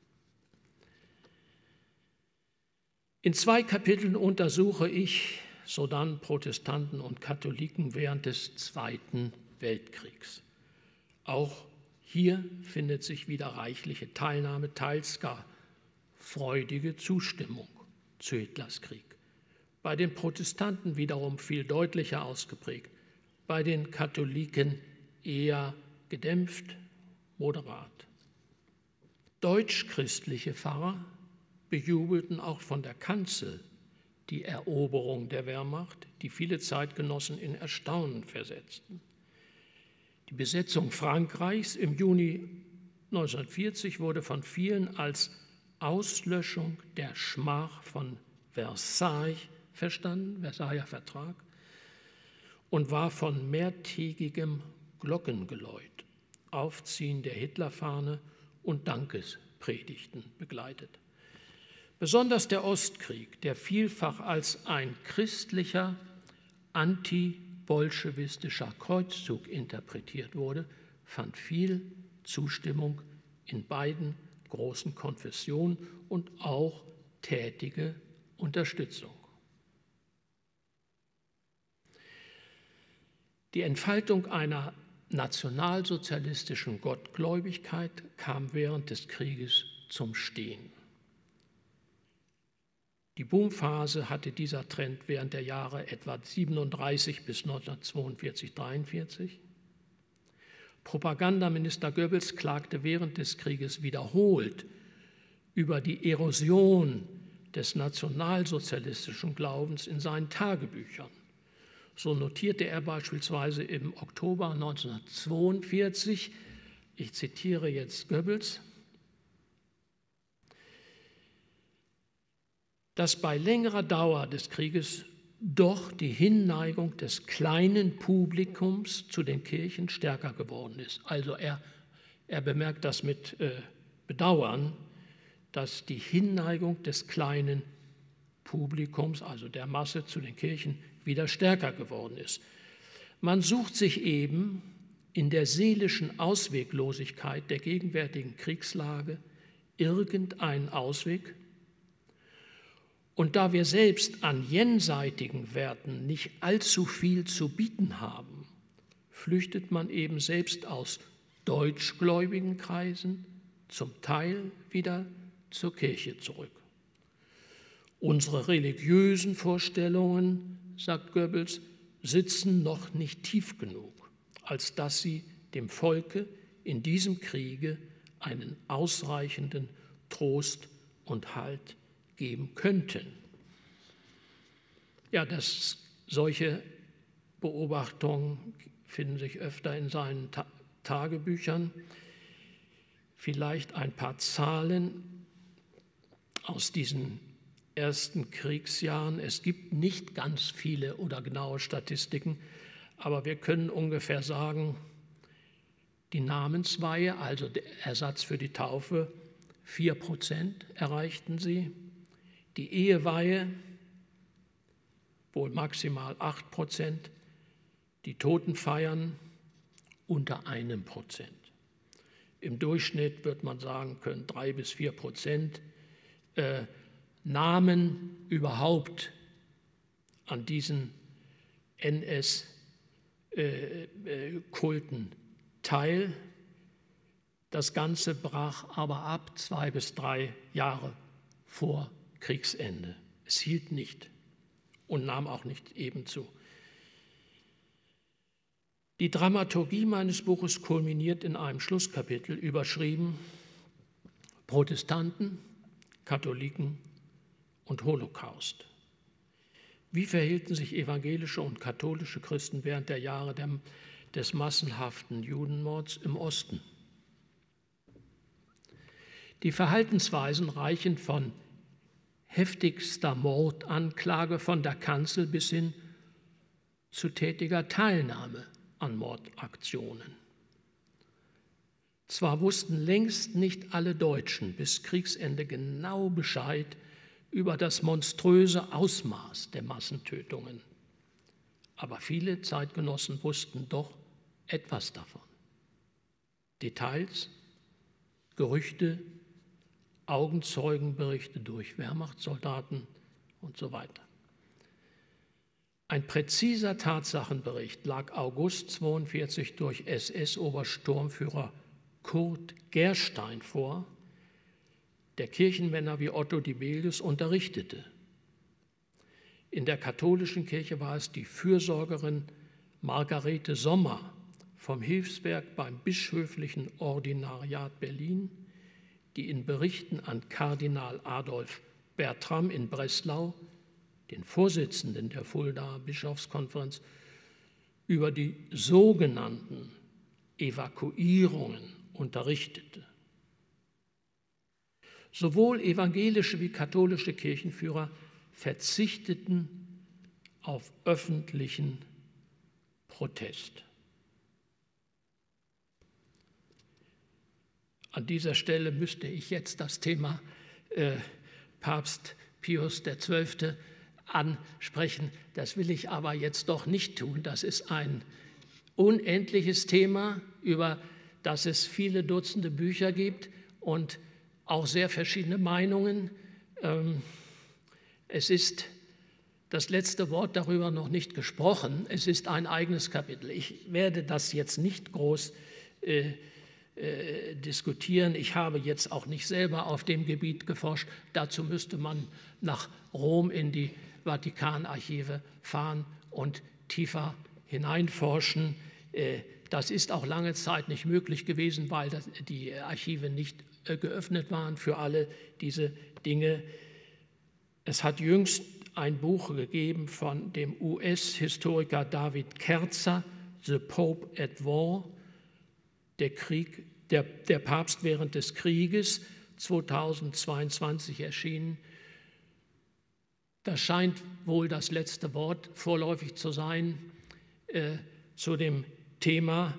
In 2 Kapiteln untersuche ich sodann Protestanten und Katholiken während des Zweiten Weltkriegs. Auch hier findet sich wieder reichliche Teilnahme, teils gar freudige Zustimmung zu Hitlers Krieg. Bei den Protestanten wiederum viel deutlicher ausgeprägt, bei den Katholiken eher gedämpft, moderat. Deutschchristliche Pfarrer bejubelten auch von der Kanzel die Eroberung der Wehrmacht, die viele Zeitgenossen in Erstaunen versetzten. Die Besetzung Frankreichs im Juni 1940 wurde von vielen als Auslöschung der Schmach von Versailles verstanden, Versailler Vertrag. und war von mehrtägigem Glockengeläut, Aufziehen der Hitlerfahne und Dankespredigten begleitet. Besonders der Ostkrieg, der vielfach als ein christlicher, antibolschewistischer Kreuzzug interpretiert wurde, fand viel Zustimmung in beiden großen Konfessionen und auch tätige Unterstützung. Die Entfaltung einer nationalsozialistischen Gottgläubigkeit kam während des Krieges zum Stehen. Die Boomphase hatte dieser Trend während der Jahre etwa 1937 bis 1942/43. Propagandaminister Goebbels klagte während des Krieges wiederholt über die Erosion des nationalsozialistischen Glaubens in seinen Tagebüchern. So notierte er beispielsweise im Oktober 1942, ich zitiere jetzt Goebbels, dass bei längerer Dauer des Krieges doch die Hinneigung des kleinen Publikums zu den Kirchen stärker geworden ist. Also er bemerkt das mit Bedauern, dass die Hinneigung des kleinen Publikums, also der Masse zu den Kirchen, wieder stärker geworden ist. Man sucht sich eben in der seelischen Ausweglosigkeit der gegenwärtigen Kriegslage irgendeinen Ausweg. Und da wir selbst an jenseitigen Werten nicht allzu viel zu bieten haben, flüchtet man eben selbst aus deutschgläubigen Kreisen zum Teil wieder zur Kirche zurück. Unsere religiösen Vorstellungen, sagt Goebbels, sitzen noch nicht tief genug, als dass sie dem Volke in diesem Kriege einen ausreichenden Trost und Halt geben könnten. Ja, solche Beobachtungen finden sich öfter in seinen Tagebüchern. Vielleicht ein paar Zahlen aus diesen ersten Kriegsjahren. Es gibt nicht ganz viele oder genaue Statistiken, aber wir können ungefähr sagen, die Namensweihe, also der Ersatz für die Taufe, 4% erreichten sie. Die Eheweihe wohl maximal 8%, die Totenfeiern unter 1%. Im Durchschnitt wird man sagen können 3 bis 4% nahmen überhaupt an diesen NS-Kulten teil. Das Ganze brach aber ab 2 bis 3 Jahre vor Kriegsende. Es hielt nicht und nahm auch nicht eben zu. Die Dramaturgie meines Buches kulminiert in einem Schlusskapitel überschrieben Protestanten, Katholiken und Holocaust. Wie verhielten sich evangelische und katholische Christen während der Jahre des massenhaften Judenmords im Osten? Die Verhaltensweisen reichen von heftigster Mordanklage von der Kanzel bis hin zu tätiger Teilnahme an Mordaktionen. Zwar wussten längst nicht alle Deutschen bis Kriegsende genau Bescheid über das monströse Ausmaß der Massentötungen, aber viele Zeitgenossen wussten doch etwas davon. Details, Gerüchte, Augenzeugenberichte durch Wehrmachtssoldaten und so weiter. Ein präziser Tatsachenbericht lag August 1942 durch SS-Obersturmführer Kurt Gerstein vor, der Kirchenmänner wie Otto Dibelius unterrichtete. In der katholischen Kirche war es die Fürsorgerin Margarete Sommer vom Hilfswerk beim Bischöflichen Ordinariat Berlin, die in Berichten an Kardinal Adolf Bertram in Breslau, den Vorsitzenden der Fuldaer Bischofskonferenz, über die sogenannten Evakuierungen unterrichtete. Sowohl evangelische wie katholische Kirchenführer verzichteten auf öffentlichen Protest. An dieser Stelle müsste ich jetzt das Thema Papst Pius XII. Ansprechen. Das will ich aber jetzt doch nicht tun. Das ist ein unendliches Thema, über das es viele Dutzende Bücher gibt und auch sehr verschiedene Meinungen. Es ist das letzte Wort darüber noch nicht gesprochen. Es ist ein eigenes Kapitel. Ich werde das jetzt nicht groß diskutieren. Ich habe jetzt auch nicht selber auf dem Gebiet geforscht. Dazu müsste man nach Rom in die Vatikanarchive fahren und tiefer hineinforschen. Das ist auch lange Zeit nicht möglich gewesen, weil die Archive nicht geöffnet waren für alle diese Dinge. Es hat jüngst ein Buch gegeben von dem US-Historiker David Kerzer, The Pope at War, der Papst während des Krieges, 2022 erschienen. Das scheint wohl das letzte Wort vorläufig zu sein zu dem Thema,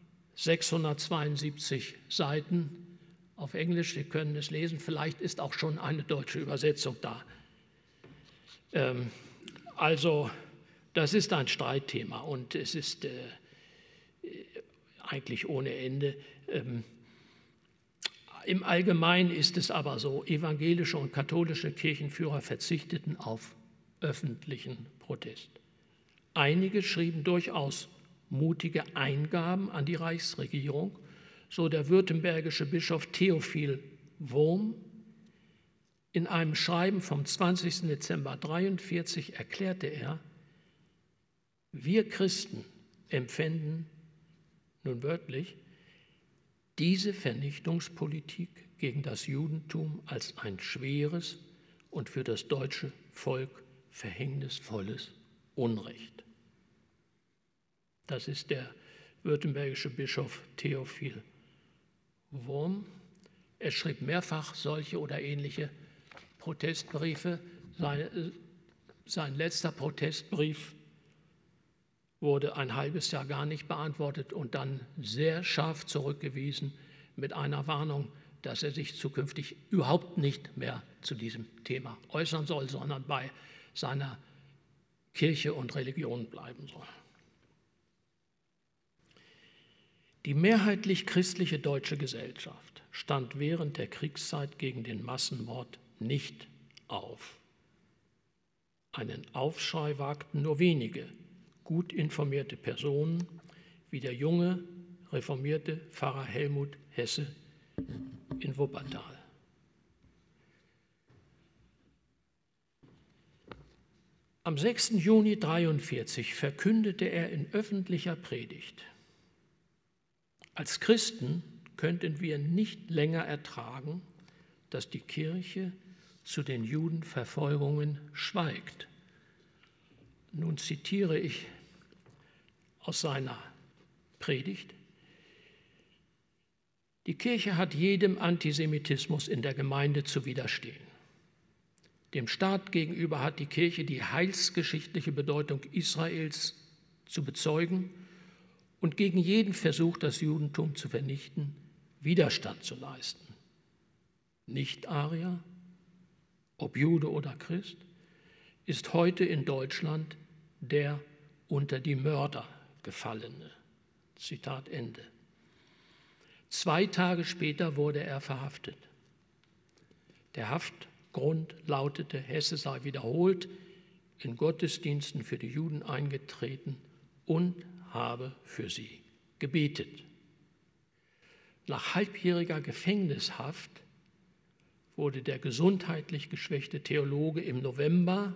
672 Seiten auf Englisch, Sie können es lesen, vielleicht ist auch schon eine deutsche Übersetzung da. Also das ist ein Streitthema und es ist eigentlich ohne Ende. Im Allgemeinen ist es aber so, evangelische und katholische Kirchenführer verzichteten auf öffentlichen Protest. Einige schrieben durchaus mutige Eingaben an die Reichsregierung, so der württembergische Bischof Theophil Wurm. In einem Schreiben vom 20. Dezember 1943 erklärte er, wir Christen empfinden, nun wörtlich, diese Vernichtungspolitik gegen das Judentum als ein schweres und für das deutsche Volk verhängnisvolles Unrecht. Das ist der württembergische Bischof Theophil Wurm. Er schrieb mehrfach solche oder ähnliche Protestbriefe. Sein letzter Protestbrief wurde ein halbes Jahr gar nicht beantwortet und dann sehr scharf zurückgewiesen mit einer Warnung, dass er sich zukünftig überhaupt nicht mehr zu diesem Thema äußern soll, sondern bei seiner Kirche und Religion bleiben soll. Die mehrheitlich christliche deutsche Gesellschaft stand während der Kriegszeit gegen den Massenmord nicht auf. Einen Aufschrei wagten nur wenige gut informierte Personen, wie der junge, reformierte Pfarrer Helmut Hesse in Wuppertal. Am 6. Juni 1943 verkündete er in öffentlicher Predigt: Als Christen könnten wir nicht länger ertragen, dass die Kirche zu den Judenverfolgungen schweigt. Nun zitiere ich aus seiner Predigt: Die Kirche hat jedem Antisemitismus in der Gemeinde zu widerstehen. Dem Staat gegenüber hat die Kirche die heilsgeschichtliche Bedeutung Israels zu bezeugen und gegen jeden Versuch, das Judentum zu vernichten, Widerstand zu leisten. Nicht-Arier, ob Jude oder Christ, ist heute in Deutschland der unter die Mörder gefallene. Zitat Ende. 2 Tage später wurde er verhaftet. Der Haftgrund lautete, Hesse sei wiederholt in Gottesdiensten für die Juden eingetreten und habe für sie gebetet. Nach halbjähriger Gefängnishaft wurde der gesundheitlich geschwächte Theologe im November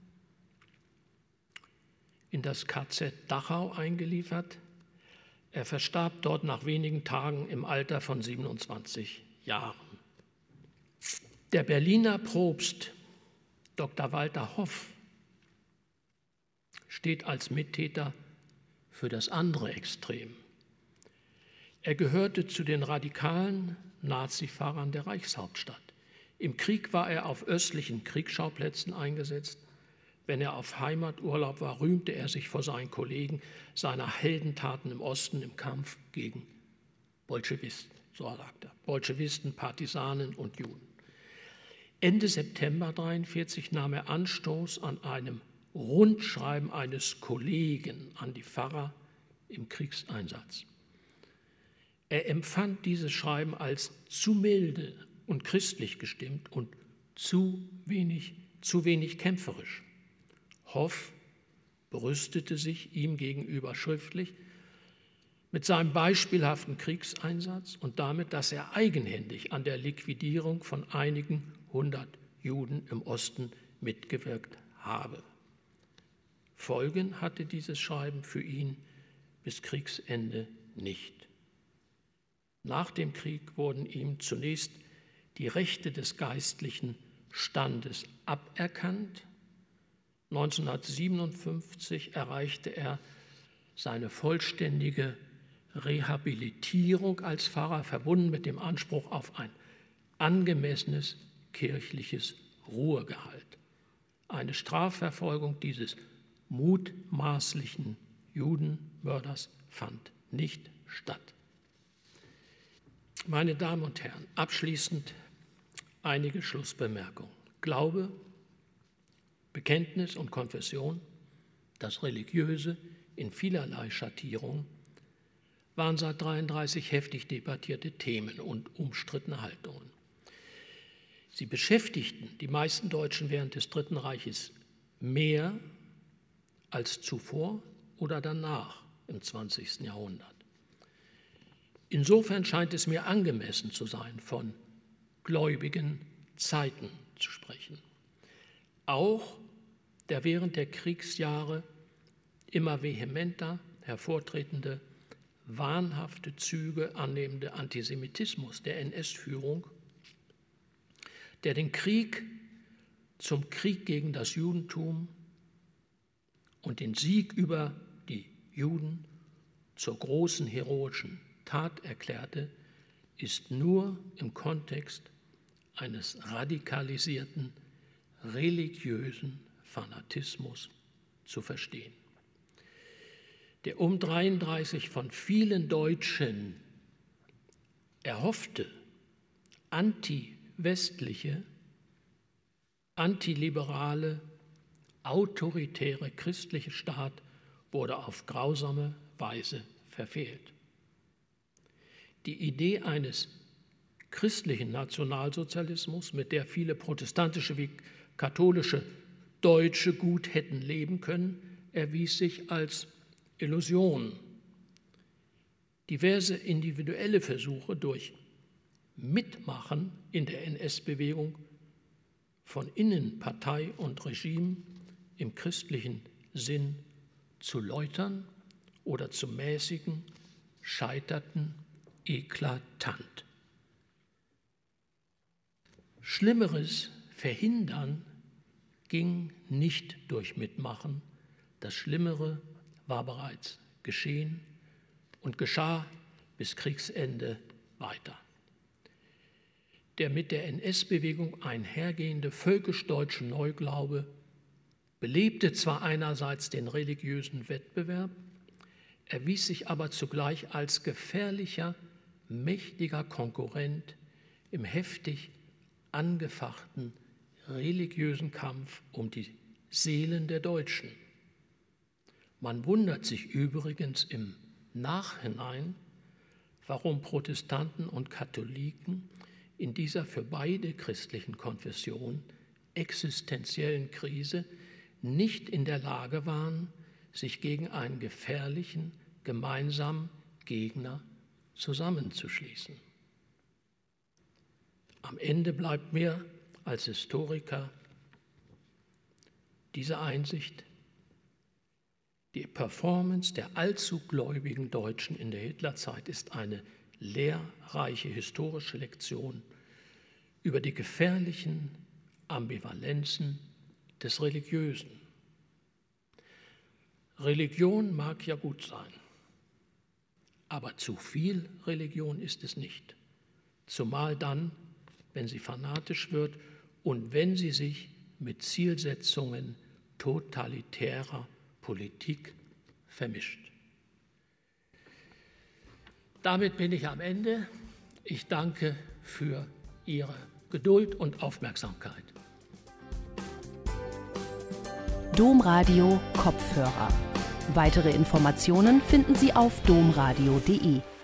in das KZ Dachau eingeliefert. Er verstarb dort nach wenigen Tagen im Alter von 27 Jahren. Der Berliner Propst Dr. Walter Hoff steht als Mittäter für das andere Extrem. Er gehörte zu den radikalen Nazifahrern der Reichshauptstadt. Im Krieg war er auf östlichen Kriegsschauplätzen eingesetzt. Wenn er auf Heimaturlaub war, rühmte er sich vor seinen Kollegen seiner Heldentaten im Osten im Kampf gegen Bolschewisten, so sagt er, Bolschewisten, Partisanen und Juden. Ende September 1943 nahm er Anstoß an einem Rundschreiben eines Kollegen an die Pfarrer im Kriegseinsatz. Er empfand dieses Schreiben als zu milde und christlich gestimmt und zu wenig kämpferisch. Hoff brüstete sich ihm gegenüber schriftlich mit seinem beispielhaften Kriegseinsatz und damit, dass er eigenhändig an der Liquidierung von einigen 100 Juden im Osten mitgewirkt habe. Folgen hatte dieses Schreiben für ihn bis Kriegsende nicht. Nach dem Krieg wurden ihm zunächst die Rechte des geistlichen Standes aberkannt. 1957 erreichte er seine vollständige Rehabilitierung als Pfarrer, verbunden mit dem Anspruch auf ein angemessenes kirchliches Ruhegehalt. Eine Strafverfolgung dieses mutmaßlichen Judenmörders fand nicht statt. Meine Damen und Herren, abschließend einige Schlussbemerkungen. Glaube, Bekenntnis und Konfession, das Religiöse in vielerlei Schattierung, waren seit 1933 heftig debattierte Themen und umstrittene Haltungen. Sie beschäftigten die meisten Deutschen während des Dritten Reiches mehr als zuvor oder danach im 20. Jahrhundert. Insofern scheint es mir angemessen zu sein, von gläubigen Zeiten zu sprechen. Auch der während der Kriegsjahre immer vehementer hervortretende, wahnhafte Züge annehmende Antisemitismus der NS-Führung, der den Krieg zum Krieg gegen das Judentum und den Sieg über die Juden zur großen heroischen Tat erklärte, ist nur im Kontext eines radikalisierten, religiösen Fanatismus zu verstehen. Der um 1933 von vielen Deutschen erhoffte anti-westliche, antiliberale, autoritäre christliche Staat wurde auf grausame Weise verfehlt. Die Idee eines christlichen Nationalsozialismus, mit der viele protestantische wie katholische Deutsche gut hätten leben können, erwies sich als Illusion. Diverse individuelle Versuche durch Mitmachen in der NS-Bewegung von innen Partei und Regime im christlichen Sinn zu läutern oder zu mäßigen, scheiterten eklatant. Schlimmeres verhindern ging nicht durch Mitmachen. Das Schlimmere war bereits geschehen und geschah bis Kriegsende weiter. Der mit der NS-Bewegung einhergehende völkisch-deutsche Neuglaube belebte zwar einerseits den religiösen Wettbewerb, erwies sich aber zugleich als gefährlicher, mächtiger Konkurrent im heftig angefachten religiösen Kampf um die Seelen der Deutschen. Man wundert sich übrigens im Nachhinein, warum Protestanten und Katholiken in dieser für beide christlichen Konfessionen existenziellen Krise nicht in der Lage waren, sich gegen einen gefährlichen gemeinsamen Gegner zusammenzuschließen. Am Ende bleibt mir als Historiker diese Einsicht: Die Performance der allzu gläubigen Deutschen in der Hitlerzeit ist eine lehrreiche historische Lektion über die gefährlichen Ambivalenzen des Religiösen. Religion mag ja gut sein, aber zu viel Religion ist es nicht, zumal dann, wenn sie fanatisch wird und wenn sie sich mit Zielsetzungen totalitärer Politik vermischt. Damit bin ich am Ende. Ich danke für Ihre Geduld und Aufmerksamkeit. Domradio Kopfhörer. Weitere Informationen finden Sie auf domradio.de.